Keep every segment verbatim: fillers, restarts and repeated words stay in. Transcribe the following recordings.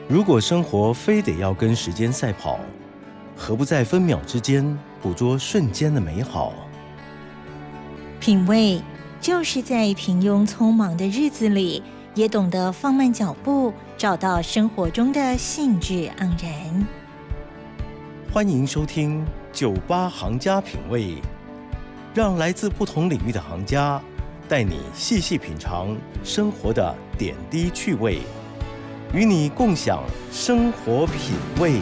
如果生活非得要跟时间赛跑，何不在分秒之间捕捉瞬间的美好？ 品味就是在平庸匆忙的日子里，也懂得放慢脚步，找到生活中的兴致盎然。 欢迎收听酒吧行家品味，让来自不同领域的行家带你细细品尝生活的点滴趣味，与你共享生活品味。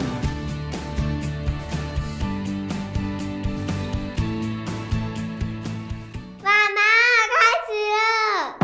妈妈，开始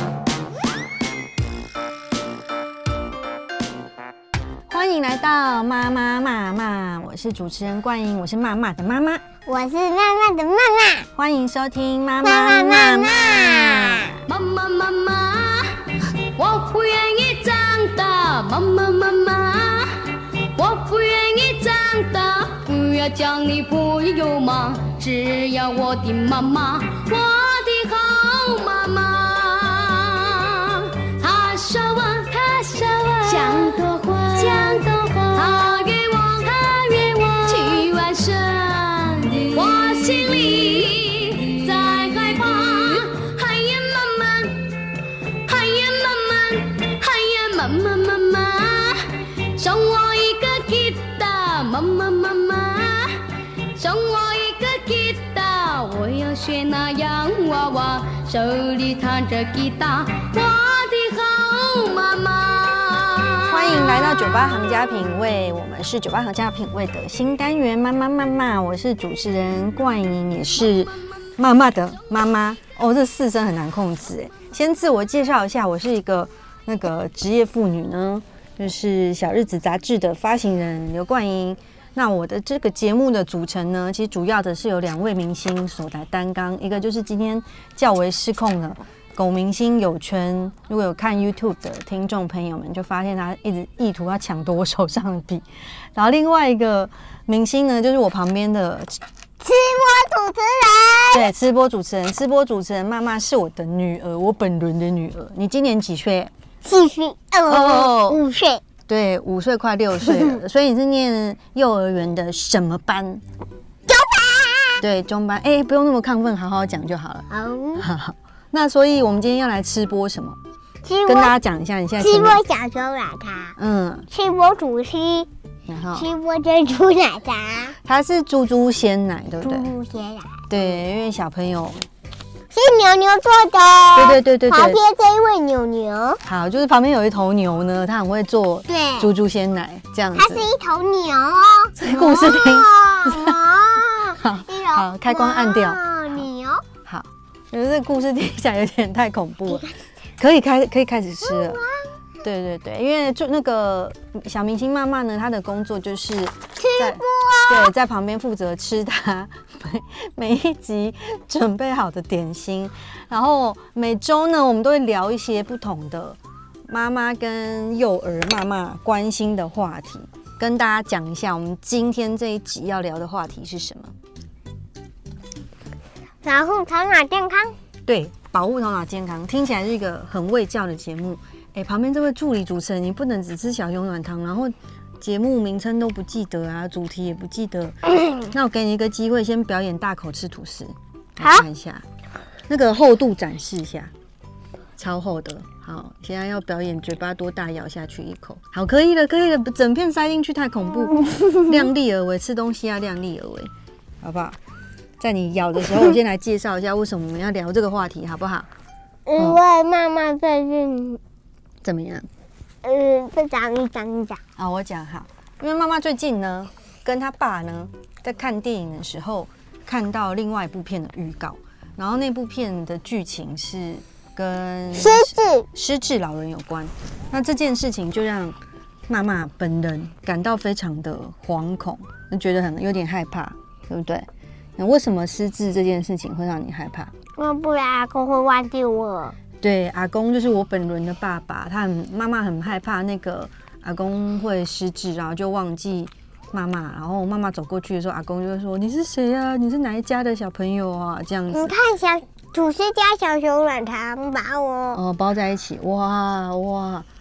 了！欢迎来到妈妈妈妈，我是主持人冠莹，我是妈妈的妈妈， 我是妈妈的妈妈。 欢迎收听妈妈妈妈。 妈妈妈妈，我不愿意长大。妈妈妈妈，我不愿意长大。不要叫你朋友嘛，只要我的妈妈，我的好妈妈。她说我，她说我，讲多话，讲多话，她给我，她给我，去完生的，我心里在害怕。哎呀妈妈，哎呀妈妈，哎呀妈妈妈妈，送我一个吉他，妈妈妈妈，送我一个吉他，我要学那洋娃娃，手里弹着吉他，我的好妈妈。 欢迎来到酒吧行家品味，我们是酒吧行家品味的新单元妈妈妈妈，我是主持人冠莹，也是妈妈的妈妈。哦，这四声很难控制哎。先自我介绍一下，我是一个那个职业妇女呢，就是小日子杂志的发行人刘冠莹。那我的这个节目的组成呢，其实主要的是有两位明星所来担纲，一个就是今天较为失控的狗明星友圈，如果有看 YouTube 的听众朋友们，就发现他一直意图要抢夺我手上的笔。然后另外一个明星呢，就是我旁边的吃播主持人。 对，吃播主持人，吃播主持人妈妈是我的女儿，我本人的女儿。你今年几岁？ 四岁，哦，五岁。 对，五岁快六岁了，所以你是念幼儿园的什么班？ 中班。 对，中班。哎、欸，不用那么亢奋，好好讲就好了。好。好。那所以我们今天要来吃播什么？跟大家讲一下，你现在吃播小熊奶茶，嗯，吃播主吃，然后吃播珍珠奶茶， 它是猪猪鲜奶，对不对？ 猪猪鲜奶， 对，因为小朋友是牛牛做的， 对对对对对。 旁边这一位牛牛， 好，就是旁边有一头牛呢，它很会做对猪猪鲜奶这样子。 它是一头牛哦， 这个故事听， 好， 好，开关按掉。 牛， 好。觉得这个故事听起来有点太恐怖了，可以开可以开始吃了。对对对，因为就那个小明星妈妈呢，她的工作就是在对在旁边负责吃她每每一集准备好的点心，然后每周呢，我们都会聊一些不同的妈妈跟幼儿妈妈关心的话题，跟大家讲一下我们今天这一集要聊的话题是什么。 保护头脑健康， 对，保护头脑健康，听起来是一个很卫教的节目。哎，旁边这位助理主持人，你不能只吃小熊软糖，然后节目名称都不记得啊，主题也不记得。那我给你一个机会，先表演大口吃吐司，来看一下，那个厚度展示一下，超厚的。好，现在要表演嘴巴多大，咬下去一口。好，可以了，可以了，整片塞进去太恐怖，量力而为，吃东西要量力而为，好不好？在你咬的时候，我先来介绍一下为什么我们要聊这个话题，好不好？ 因为妈妈最近怎么样？ 嗯，再讲一讲一讲。 好，我讲好。因为妈妈最近呢，跟她爸呢，在看电影的时候，看到另外一部片的预告，然后那部片的剧情是跟失智失智老人有关。那这件事情就让妈妈本人感到非常的惶恐，就觉得很有点害怕，对不对？那为什么失智这件事情会让你害怕？ 因为不然阿公会忘记我。 对，阿公就是我本人的爸爸，他很妈妈很害怕那个阿公会失智，然后就忘记妈妈，然后妈妈走过去的时候，阿公就会说：“你是谁啊？你是哪一家的小朋友啊？”这样子。 你看小主持加小熊软糖把我哦包在一起，哇哇！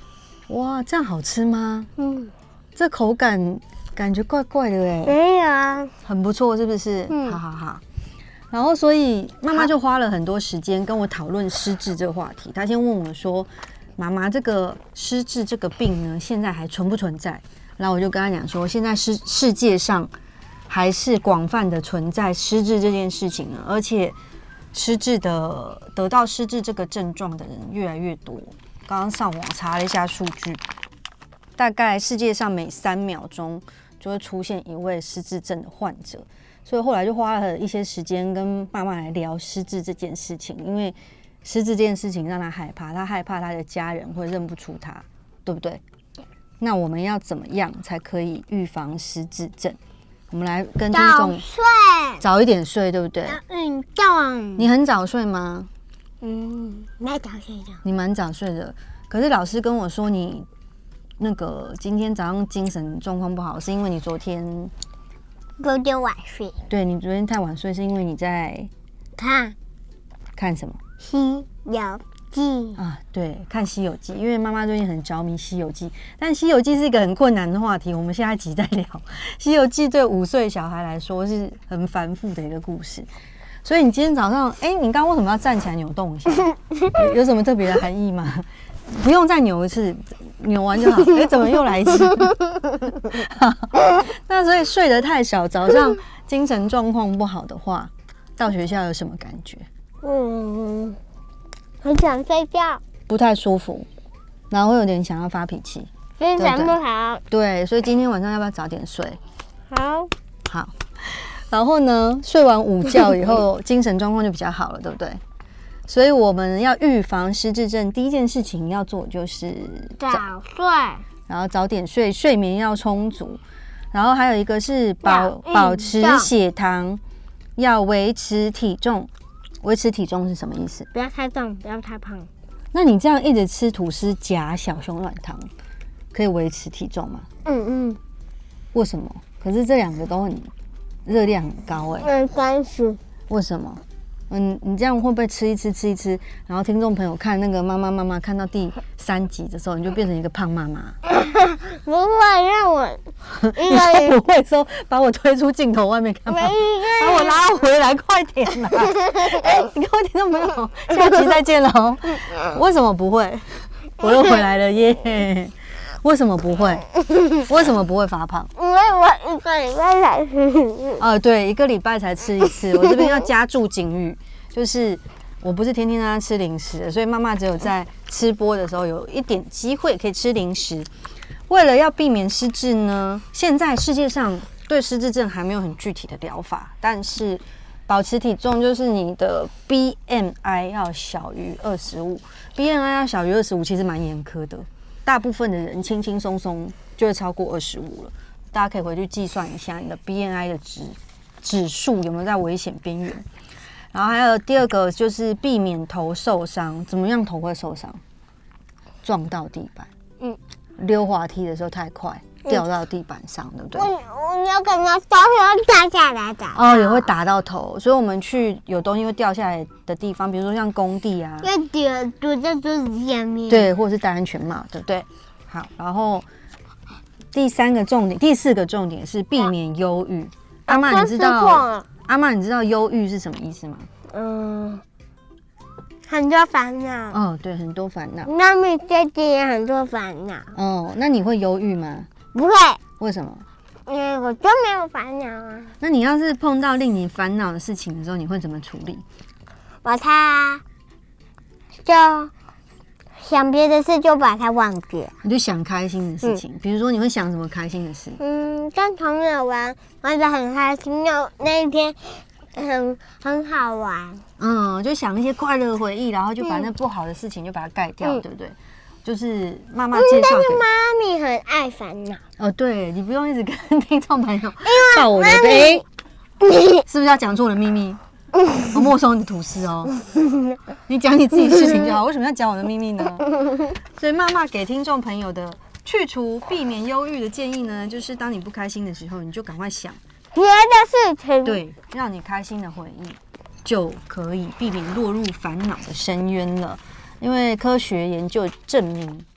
哇，这样好吃吗？ 嗯， 这口感感觉怪怪的哎。 没有啊， 很不错，是不是？ 嗯， 好好好。然后，所以妈妈就花了很多时间跟我讨论失智这个话题。她先问我说：“妈妈，这个失智这个病呢，现在还存不存在？”然后我就跟她讲说，现在世世界上还是广泛的存在失智这件事情呢，而且失智的得到失智这个症状的人越来越多。刚刚上网查了一下数据，大概世界上每三秒钟就会出现一位失智症的患者。所以后来就花了一些时间跟妈妈来聊失智这件事情，因为失智这件事情让他害怕，他害怕他的家人会认不出他，对不对？那我们要怎么样才可以预防失智症？我们来跟听众早睡， 早一点睡，对不对？ 运动。 你很早睡吗？ 嗯，蛮早睡的。 你蛮早睡的，可是老师跟我说你那个今天早上精神状况不好，是因为你昨天。 有点晚睡。 对，你昨天太晚睡，是因为你在看看什么？ 《西游记》 啊，对，看《西游记》，因为妈妈最近很着迷《西游记》，但《西游记》是一个很困难的话题，我们下一集再聊。《西游记》对五岁小孩来说是很繁复的一个故事，所以你今天早上，哎、欸，你刚刚为什么要站起来扭动一下？有, 有什么特别的含义吗？不用再扭一次，扭完就好。哎、欸，怎么又来一次？那所以睡得太少，早上精神状况不好的话，到学校有什么感觉？ 嗯，很想睡觉， 不太舒服，然后会有点想要发脾气， 精神不好。 对，所以今天晚上要不要早点睡？ 好， 好。然后呢，睡完午觉以后，精神状况就比较好了，对不对？所以我们要预防失智症，第一件事情要做就是早睡， 然后早点睡，睡眠要充足。然后还有一个是保保持血糖，要维持体重。维持体重是什么意思？ 不要太重，不要太胖。 那你这样一直吃吐司夹小熊软糖，可以维持体重吗？ 嗯嗯。 为什么？可是这两个都很热量很高哎、 欸。没关系。为什么？嗯，你这样会不会吃一吃吃一吃，然后听众朋友看那个妈妈妈妈看到第三集的时候，你就变成一个胖妈妈？ 不会让我， 你说不会说把我推出镜头外面干嘛？把我拉回来，快点啦！哎、欸，你各位听众朋友，下集再见喽。为什么不会？我又回来了耶！为什么不会？为什么不会发胖？ 因为我一个礼拜才吃一次。 啊，对，一个礼拜才吃一次。我这边要加注警语，就是我不是天天让他吃零食的，所以妈妈只有在吃播的时候有一点机会可以吃零食。为了要避免失智呢，现在世界上对失智症还没有很具体的疗法，但是保持体重就是你的 B M I 要小于二十五 ，B M I 要小于二十五其实蛮严苛的。大部分的人轻轻松松就会超过二十五了，大家可以回去计算一下你的 B M I 的值指数有没有在危险边缘。然后还有第二个就是避免头受伤，怎么样头会受伤？撞到地板，嗯，溜滑梯的时候太快，掉到地板上，对不对？ 我我有可能东西掉下来的哦，也会打到头，所以我们去有东西会掉下来的地方，比如说像工地啊， 要丢丢在桌子下面， 对，或者是戴安全帽，对不对？好，然后第三个重点，第四个重点是避免忧郁。阿嬷，你知道阿嬷，你知道忧郁是什么意思吗？ 嗯，很多烦恼。 哦，对，很多烦恼。 妈咪最近也很多烦恼。 哦，那你会忧郁吗？ 不会。 为什么？ 因为我就没有烦恼啊。 那你要是碰到令你烦恼的事情的时候，你会怎么处理？ 把它就想别的事，就把它忘记。 你就想开心的事情，嗯、比如说你会想什么开心的事？ 嗯，跟朋友玩，玩得很开心。那那一天很很好玩。 嗯，就想一些快乐回忆，然后就把那不好的事情就把它盖掉，嗯、对不对？就是妈妈介绍给、嗯、 但是妈咪很爱烦恼。 哦，对，你不用一直跟听众朋友爆我的背，是不是要讲出我的秘密？我没收你的吐司哦，你讲你自己的事情就好，为什么要讲我的秘密呢？所以妈妈给听众朋友的去除、避免忧郁的建议呢，就是当你不开心的时候，你就赶快想别的事情， 对，让你开心的回忆，就可以避免落入烦恼的深渊了。因为科学研究证明，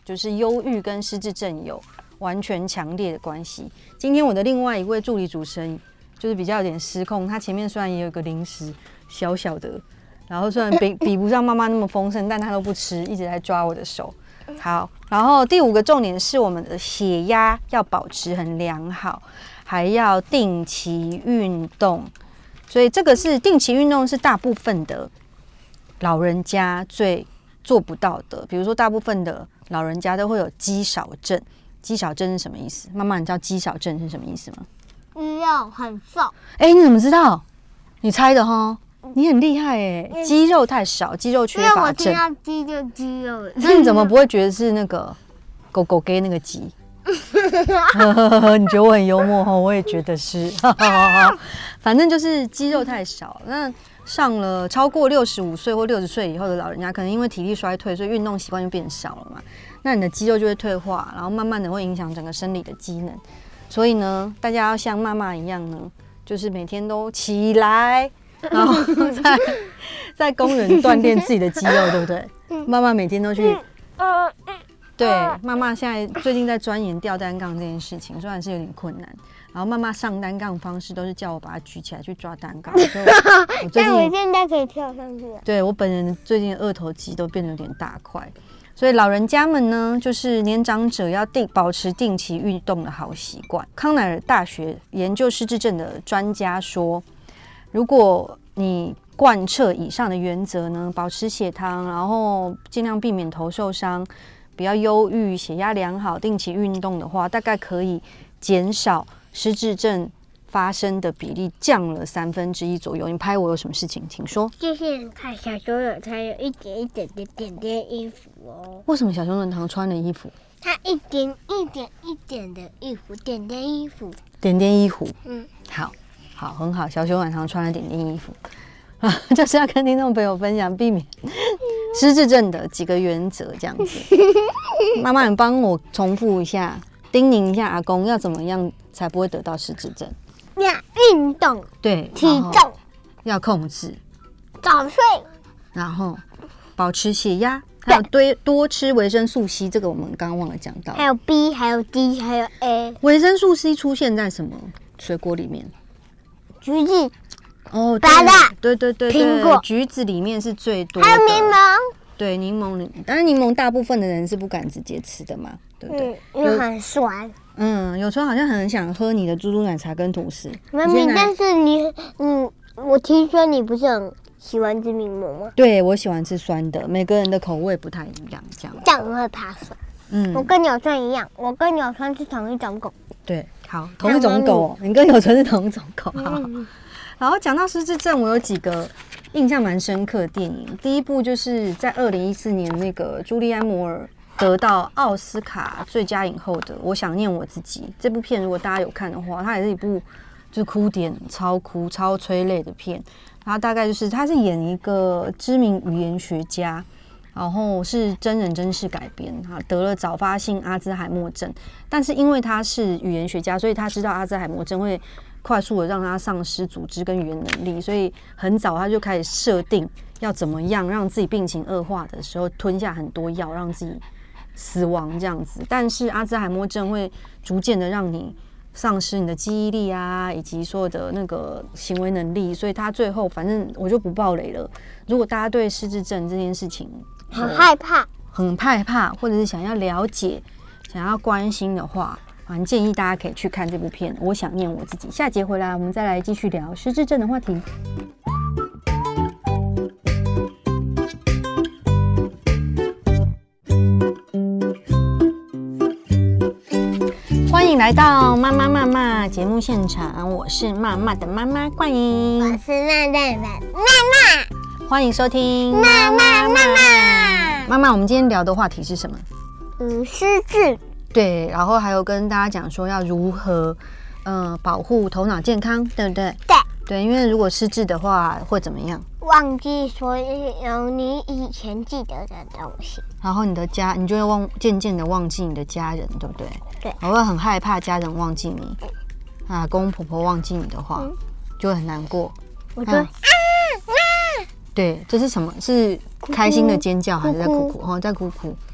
就是忧郁跟失智症有完全强烈的关系。今天我的另外一位助理主持人就是比较有点失控，他前面虽然也有一个零食小小的，然后虽然比比不上妈妈那么丰盛，但他都不吃，一直在抓我的手。好，然后第五个重点是我们的血压要保持很良好，还要定期运动。所以这个是定期运动是大部分的老人家最做不到的。比如说大部分的老人家都会有肌少症，肌少症是什么意思？妈妈，你知道肌少症是什么意思吗？ 肌肉很瘦。 哎、欸，你怎么知道？你猜的齁，你很厉害哎、欸！肌肉太少，肌肉缺乏症。因为我听到肌就肌肉。 那你怎么不会觉得是那个狗狗给那个鸡？你觉得我很幽默齁？我也觉得是。反正就是肌肉太少。那上了超过六十五岁或六十岁以后的老人家，可能因为体力衰退，所以运动习惯就变少了嘛。那你的肌肉就会退化，然后慢慢的会影响整个生理的机能。所以呢，大家要像妈妈一样呢，就是每天都起来，然后在在公园锻炼自己的肌肉，对不对？妈妈每天都去。对，妈妈现在最近在钻研吊单杠这件事情，虽然是有点困难。然后妈妈上单杠方式都是叫我把它举起来去抓单杠，所以我最近但我现在可以跳上去了。 对，我本人最近的二头肌都变得有点大块，所以老人家们呢，就是年长者要定保持定期运动的好习惯。康乃尔大学研究失智症的专家说，如果你贯彻以上的原则呢，保持血糖，然后尽量避免头受伤，不要忧郁，血压良好，定期运动的话，大概可以减少失智症发生的比例降了三分之一左右。你拍我有什么事情？请说。 就是看小熊有它有一点一点的点点衣服哦。 为什么小熊软糖穿的衣服？ 它一点一点一点的衣服，点点衣服， 点点衣服。 嗯， 好，好，很好。小熊软糖穿了点点衣服，啊，就是要跟听众朋友分享避免失智症的几个原则，这样子。妈妈，你帮我重复一下，叮咛一下阿公要怎么样才不会得到失智症？ 要运动， 对， 体重要控制， 早睡， 然后保持血压，还有多多吃维生素 C， 这个我们刚刚忘了讲到。 还有 B， 还有 D， 还有 A。维生素 C 出现在什么水果里面？ 橘子。 哦， 芭乐， 对对对对，苹果，橘子里面是最多的。 还有柠檬。 对，柠檬里，当然柠檬大部分的人是不敢直接吃的嘛，对不对？ 嗯，因为很酸。 嗯，有时候好像很想喝你的猪猪奶茶跟吐司。 妈咪，但是你，你，我听说你不是很喜欢吃柠檬吗？ 对，我喜欢吃酸的，每个人的口味不太一样，这样。 这样我会怕酸。嗯，我跟纽川一样，我跟纽川是同一种狗。 对，好，同一种狗，你跟纽川是同一种狗，好。嗯，然后讲到失智症，我有几个印象蛮深刻的电影。第一部就是在二零一四年那个朱莉安·摩尔得到奥斯卡最佳影后的《我想念我自己》这部片，如果大家有看的话，它也是一部就是哭点超哭、超催泪的片。然后大概就是他是演一个知名语言学家，然后是真人真事改编，哈，得了早发性阿兹海默症，但是因为他是语言学家，所以他知道阿兹海默症会快速的让他丧失组织跟语言能力，所以很早他就开始设定要怎么样让自己病情恶化的时候吞下很多药，让自己死亡这样子。但是阿兹海默症会逐渐的让你丧失你的记忆力啊，以及所有的那个行为能力，所以他最后反正我就不爆雷了。如果大家对失智症这件事情很害怕、 很害怕，或者是想要了解、想要关心的话，很建议大家可以去看这部片《我想念我自己》。下节回来，我们再来继续聊失智症的话题。欢迎来到妈妈妈妈节目现场，我是妈妈的妈妈冠莹， 我是妈妈的妈妈， 欢迎收听妈妈妈妈。 妈妈，我们今天聊的话题是什么？ 嗯，失智。 对，然后还有跟大家讲说要如何呃保护头脑健康，对不对？ 对对，因为如果失智的话会怎么样？ 忘记所有你以前记得的东西， 然后你的家，你就会忘渐渐的忘记你的家人，对不对？ 对， 我会很害怕家人忘记你，啊，公公婆婆忘记你的话，嗯、就会很难过。 我说、嗯、啊啊！ 对，这是什么？是开心的尖叫还是在哭哭？哦，在哭哭。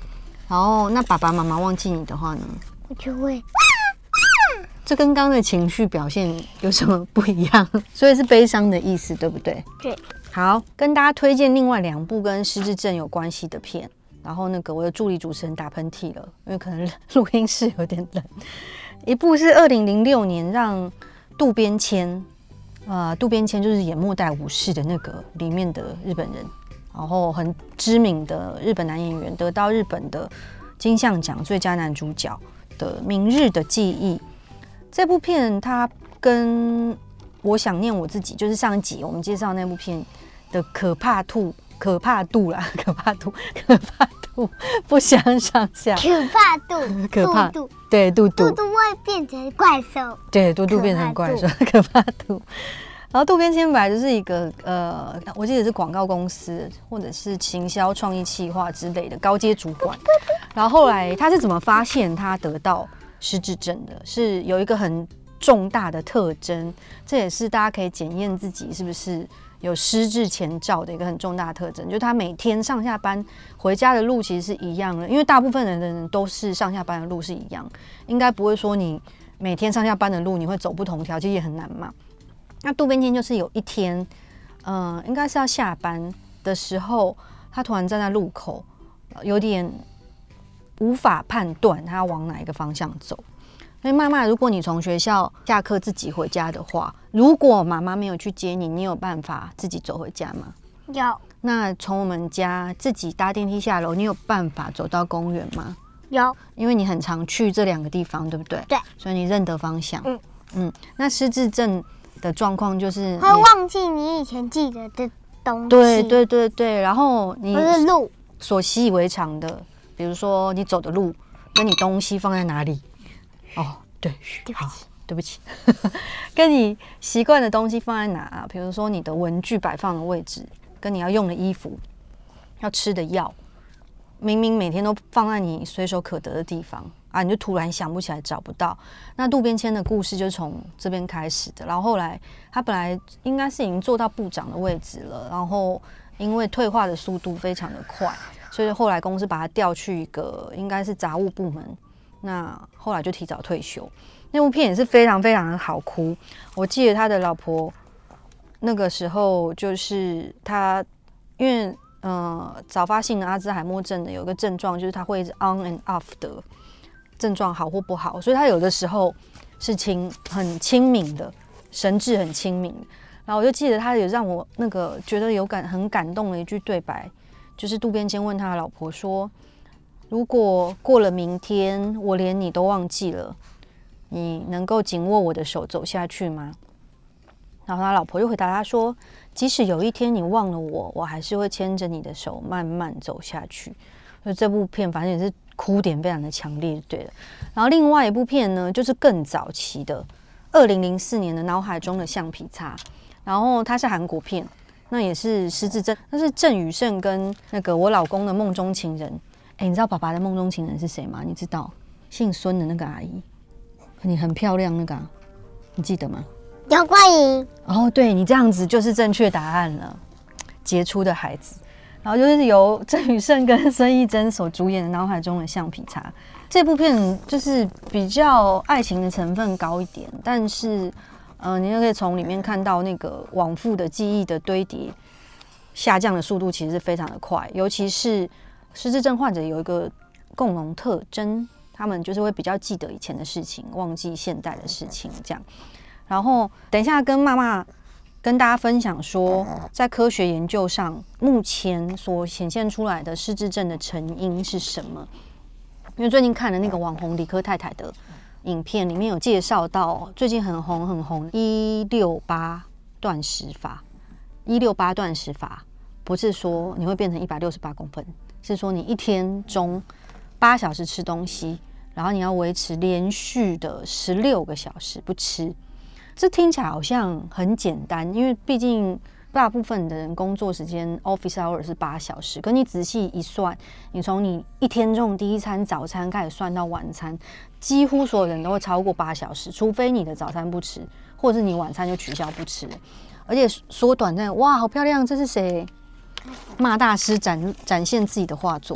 然后那爸爸妈妈忘记你的话呢？ 我就会。 这跟刚刚的情绪表现有什么不一样？所以是悲伤的意思，对不对？ 对。 好，跟大家推荐另外两部跟失智症有关系的片。然后那个我的助理主持人打喷嚏了，因为可能录音室有点冷。一部是二零零六年让渡边谦，呃，渡边谦就是演《末代武士》的那个里面的日本人，然后很知名的日本男演员，得到日本的金像奖最佳男主角的《明日的记忆》。这部片它跟我想念我自己，就是上一集我们介绍那部片的可怕度、可怕度啦，可怕度、可怕度不相上下。 可怕度， 可怕度， 对，嘟嘟， 嘟嘟会变成怪兽， 对，嘟嘟变成怪兽，可怕度。然后渡边谦本来就是一个呃，我记得是广告公司或者是行销创意企划之类的高阶主管。然后后来他是怎么发现他得到失智症的？是有一个很重大的特征，这也是大家可以检验自己是不是有失智前兆的一个很重大的特征，就是他每天上下班回家的路其实是一样的，因为大部分的人都是上下班的路是一样，应该不会说你每天上下班的路你会走不同条，其实也很难嘛。那渡边谦就是有一天，呃，应该是要下班的时候，他突然站在路口，有点无法判断他要往哪一个方向走。所以妈妈，如果你从学校下课自己回家的话，如果妈妈没有去接你，你有办法自己走回家吗？ 有。 那从我们家自己搭电梯下楼，你有办法走到公园吗？ 有。因为你很常去这两个地方，对不对？ 对。 所以你认得方向。 嗯嗯。那失智症的状况就是会忘记你以前记得的东西。 对对对对，然后你不是路所习以为常的，比如说你走的路跟你东西放在哪里。哦，对，好，对不起，跟你习惯的东西放在哪啊？比如说你的文具摆放的位置，跟你要用的衣服、要吃的药，明明每天都放在你随手可得的地方啊，你就突然想不起来，找不到。那渡边谦的故事就从这边开始的，然后后来他本来应该是已经做到部长的位置了，然后因为退化的速度非常的快，所以后来公司把他调去一个应该是杂物部门。那后来就提早退休。那部片也是非常非常的好哭。我记得他的老婆那个时候就是他，因为呃早发性的阿兹海默症的有一个症状，就是他会一直 on and off 的症状好或不好，所以他有的时候是清很清明的，神志很清明。然后我就记得他有让我那个觉得有感很感动的一句对白，就是渡边谦问他的老婆说，如果过了明天我连你都忘记了，你能够紧握我的手走下去吗？然后他老婆就回答他说，即使有一天你忘了我，我还是会牵着你的手慢慢走下去。所以这部片反正也是哭点非常的强烈，对了。然后另外一部片呢，就是更早期的二零零四年的脑海中的橡皮擦，然后它是韩国片，那也是失智症，那是郑宇盛跟那个我老公的梦中情人。哎，你知道爸爸的梦中情人是谁吗？你知道姓孙的那个阿姨，你很漂亮那个、啊，你记得吗？ 姚冠莹。 哦，对，你这样子就是正确答案了，杰出的孩子。然后就是由郑宇盛跟孙艺珍所主演的《脑海中的橡皮擦》这部片，就是比较爱情的成分高一点，但是呃，你就可以从里面看到那个往复的记忆的堆叠下降的速度其实是非常的快，尤其是失智症患者有一个共同特征，他们就是会比较记得以前的事情，忘记现代的事情这样。然后等一下跟妈妈跟大家分享说，在科学研究上目前所显现出来的失智症的成因是什么。因为最近看了那个网红理科太太的影片，里面有介绍到最近很红很红一六八断食法。一六八断食法不是说你会变成一百六十八公分，是说你一天中八小时吃东西，然后你要维持连续的十六个小时不吃。这听起来好像很简单，因为毕竟大部分的人工作时间 office hour 是八小时，可你仔细一算，你从你一天中第一餐早餐开始算到晚餐，几乎所有人都会超过八小时，除非你的早餐不吃，或者是你晚餐就取消不吃。而且缩短在哇，好漂亮，这是谁？骂大师展展现自己的画作，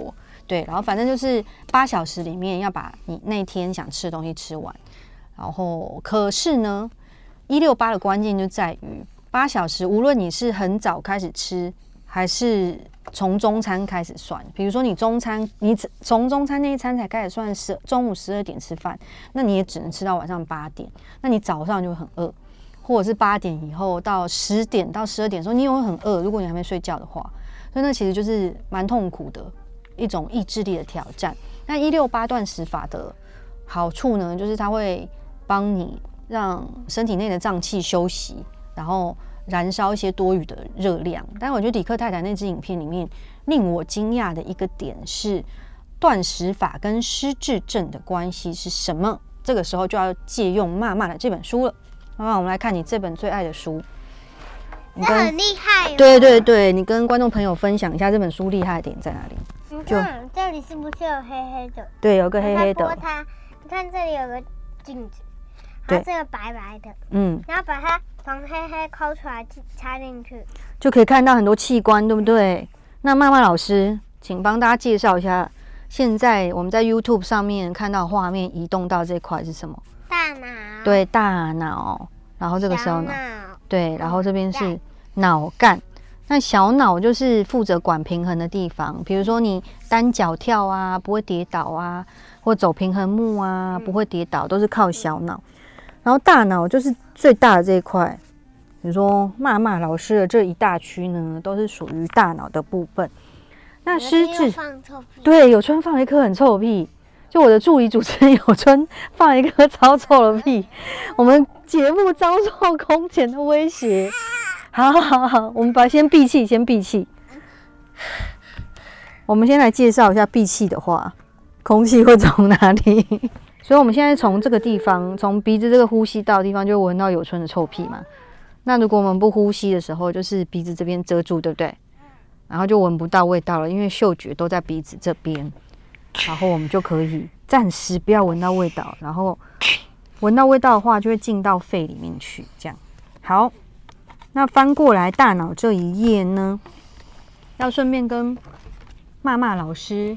对，然后反正就是八小时里面要把你那天想吃的东西吃完。然后可是呢，一六八的关键就在于八小时，无论你是很早开始吃，还是从中餐开始算。比如说你中餐，你从中餐那一餐才开始算十中午十二点吃饭，那你也只能吃到晚上八点。那你早上就会很饿，或者是八点以后到十点到十二点的时候，你也会很饿。如果你还没睡觉的话，所以那其实就是蛮痛苦的一种意志力的挑战。那一六八断食法的好处呢，就是它会帮你让身体内的脏器休息，然后燃烧一些多余的热量。但我觉得李克太太那支影片里面令我惊讶的一个点是，断食法跟失智症的关系是什么？这个时候就要借用妈妈的这本书了。妈妈，我们来看你这本最爱的书。 这很厉害、哦。 对对对，你跟观众朋友分享一下这本书厉害的点在哪里？ 你看这里是不是有黑黑的？ 对，有个黑黑的。 它，你看这里有个镜子，它这个白白的， 嗯， 然后把它从黑黑抠出来插进去， 就可以看到很多器官，对不对？那妈妈老师，请帮大家介绍一下，现在我们在 YouTube 上面看到画面移动到这块是什么？ 大脑。 对，大脑。然后这个时候呢，对，然后这边是脑干。那小脑就是负责管平衡的地方，比如说你单脚跳啊，不会跌倒啊，或走平衡木啊，不会跌倒，都是靠小脑。然后大脑就是最大的这一块，比如说骂骂老师的这一大区呢，都是属于大脑的部分。那失智，对，有春放了一颗很臭的屁。就我的助理主持人有春放了一颗超臭的屁，我们节目遭受空前的威胁。好好好，我们把先闭气，先闭气。我们先来介绍一下闭气的话，空气会从哪里？所以我们现在从这个地方，从鼻子这个呼吸道的地方，就闻到有春的臭屁嘛。那如果我们不呼吸的时候，就是鼻子这边遮住，对不对？然后就闻不到味道了，因为嗅觉都在鼻子这边。然后我们就可以暂时不要闻到味道，然后闻到味道的话就会进到肺里面去，这样。好，那翻过来大脑这一页呢，要顺便跟骂骂老师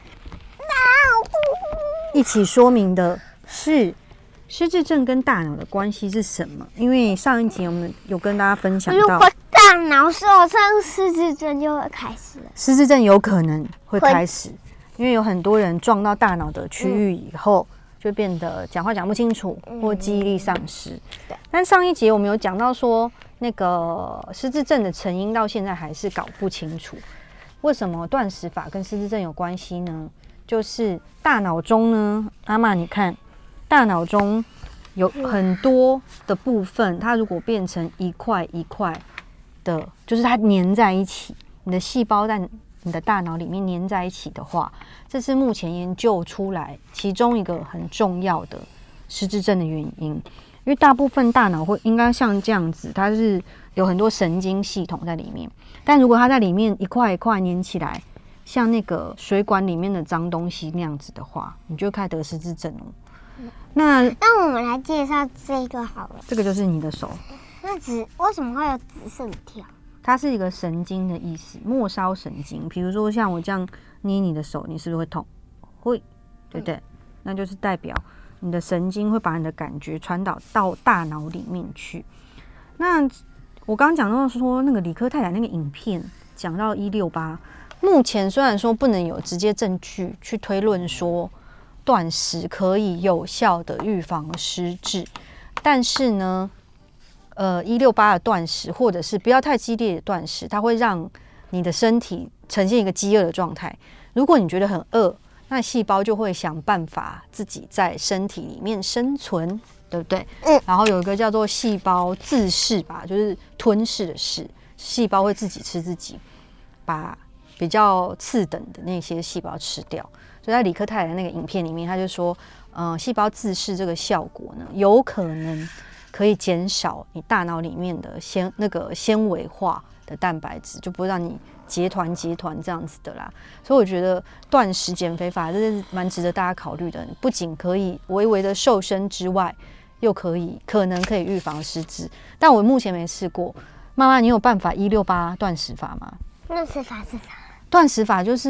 一起说明的是失智症跟大脑的关系是什么。因为上一集我们有跟大家分享到， 如果大脑受伤，失智症就会开始了。 失智症有可能会开始。因为有很多人撞到大脑的区域以后，嗯、就变得讲话讲不清楚，或记忆力丧失。嗯、但上一节我们有讲到说，那个失智症的成因到现在还是搞不清楚。为什么断食法跟失智症有关系呢？就是大脑中呢，阿嬷你看，大脑中有很多的部分，它如果变成一块一块的，就是它粘在一起，你的细胞在你的大脑里面粘在一起的话，这是目前研究出来其中一个很重要的失智症的原因。因为大部分大脑会应该像这样子，它是有很多神经系统在里面，但如果它在里面一块一块粘起来，像那个水管里面的脏东西那样子的话，你就开始得失智症哦。那那我们来介绍这个好了， 这个就是你的手。 那紫为什么会有紫色的条？ 它是一个神经的意思，末梢神经。比如说像我这样捏你的手，你是不是会痛？会，对不对？嗯、那就是代表你的神经会把你的感觉传导到大脑里面去。那我刚刚讲到说，那个理科太太那个影片讲到一六八，目前虽然说不能有直接证据去推论说断食可以有效的预防失智，但是呢。呃，一六八的断食，或者是不要太激烈的断食，它会让你的身体呈现一个饥饿的状态。如果你觉得很饿，那细胞就会想办法自己在身体里面生存，对不对？嗯。然后有一个叫做细胞自噬吧，就是吞噬的噬，细胞会自己吃自己，把比较次等的那些细胞吃掉。所以在理科太太的那个影片里面，他就说，嗯、呃，细胞自噬这个效果呢，有可能。可以减少你大脑里面的纤那个纤维化的蛋白质，就不会让你结团结团这样子的啦。所以我觉得断食减肥法这是蛮值得大家考虑的，不仅可以微微的瘦身之外，又可以可能可以预防失智。但我目前没试过，妈妈，你有办法一六八断食法吗？ 断食法是啥？ 断食法就是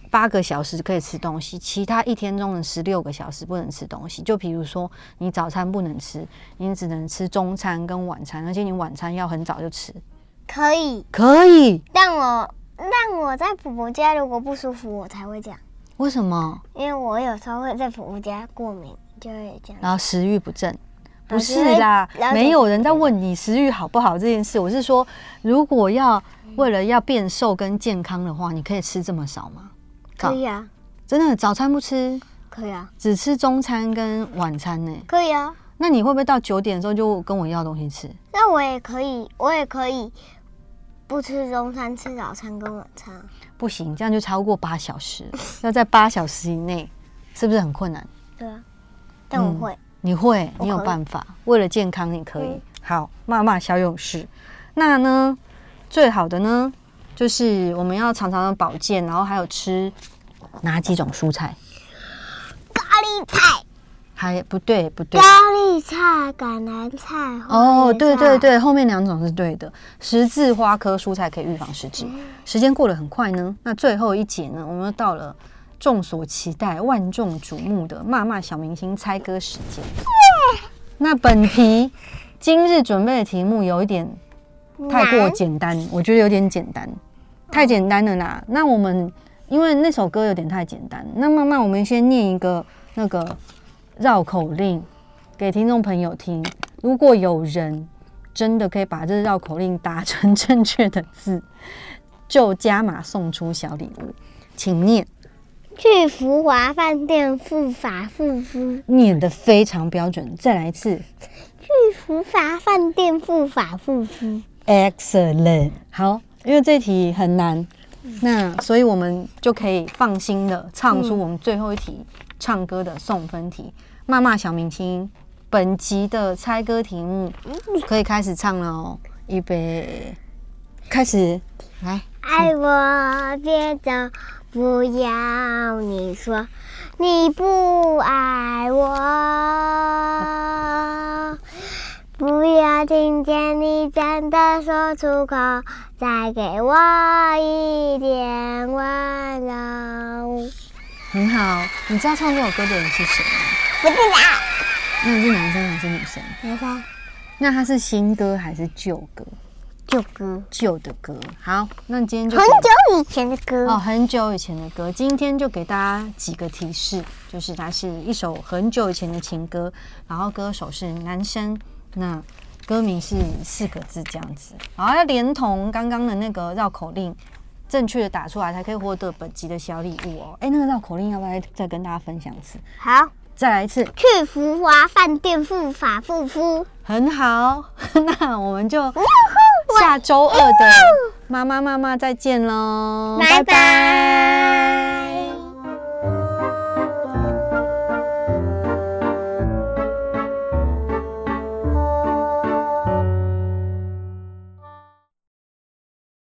八个小时可以吃东西，其他一天中的十六个小时不能吃东西。就比如说，你早餐不能吃，你只能吃中餐跟晚餐，而且你晚餐要很早就吃。 可以， 可以。 但我但我在婆婆家如果不舒服，我才会这样。 为什么？ 因为我有时候会在婆婆家过敏，就会这样。 然后食欲不振。不是啦，没有人在问你食欲好不好这件事。我是说，如果要为了要变瘦跟健康的话，你可以吃这么少吗？ 可以啊， 真的早餐不吃？ 可以啊， 只吃中餐跟晚餐呢？ 可以啊。 那你会不会到九点的时候就跟我要东西吃？ 那我也可以，我也可以不吃中餐，吃早餐跟晚餐。 不行，这样就超过八小时，要在八小时以内，是不是很困难？ 对啊，但我会。嗯你会，你有办法。为了健康，你可以。嗯、好，妈妈小勇士。那呢，最好的呢，就是我们要常常的保健，然后还有吃哪几种蔬菜？ 高丽菜。 还不对，不对。 高丽菜、橄榄菜。 哦，对对对，后面两种是对的。十字花科蔬菜可以预防失智。嗯、时间过得很快呢。那最后一节呢，我们又到了众所期待、万众瞩目的骂骂小明星猜歌时间。那本题今日准备的题目有一点太过简单，我觉得有点简单，太简单了啦。那我们因为那首歌有点太简单，那妈妈我们先念一个那个绕口令给听众朋友听。如果有人真的可以把这绕口令打成正确的字，就加码送出小礼物，请念。 去福华饭店复法复夫， 念得非常标准。再来一次。 去福华饭店复法复夫 ，Excellent。好，因为这题很难，那所以我们就可以放心的唱出我们最后一题唱歌的送分题。骂骂小明星，本集的猜歌题目可以开始唱了哦，预备，开始，来。 爱我别走。不要你说你不爱我，不要听见你真的说出口，再给我一点温柔。 很好，你知道唱这首歌的人是谁吗？ 不知道。 那是男生还是女生？ 男生。 那他是新歌还是旧歌？ 旧歌， 旧的歌。好，那今天就很久以前的歌哦，很久以前的歌。今天就给大家几个提示，就是它是一首很久以前的情歌，然后歌手是男生，那歌名是四个字这样子，然后要连同刚刚的那个绕口令，正确的打出来才可以获得本集的小礼物哦。哎，那个绕口令要不要再跟大家分享一次？ 好。 再来一次， 去福华饭店复法复夫， 很好。那我们就下周二的妈妈妈妈再见喽， 拜拜。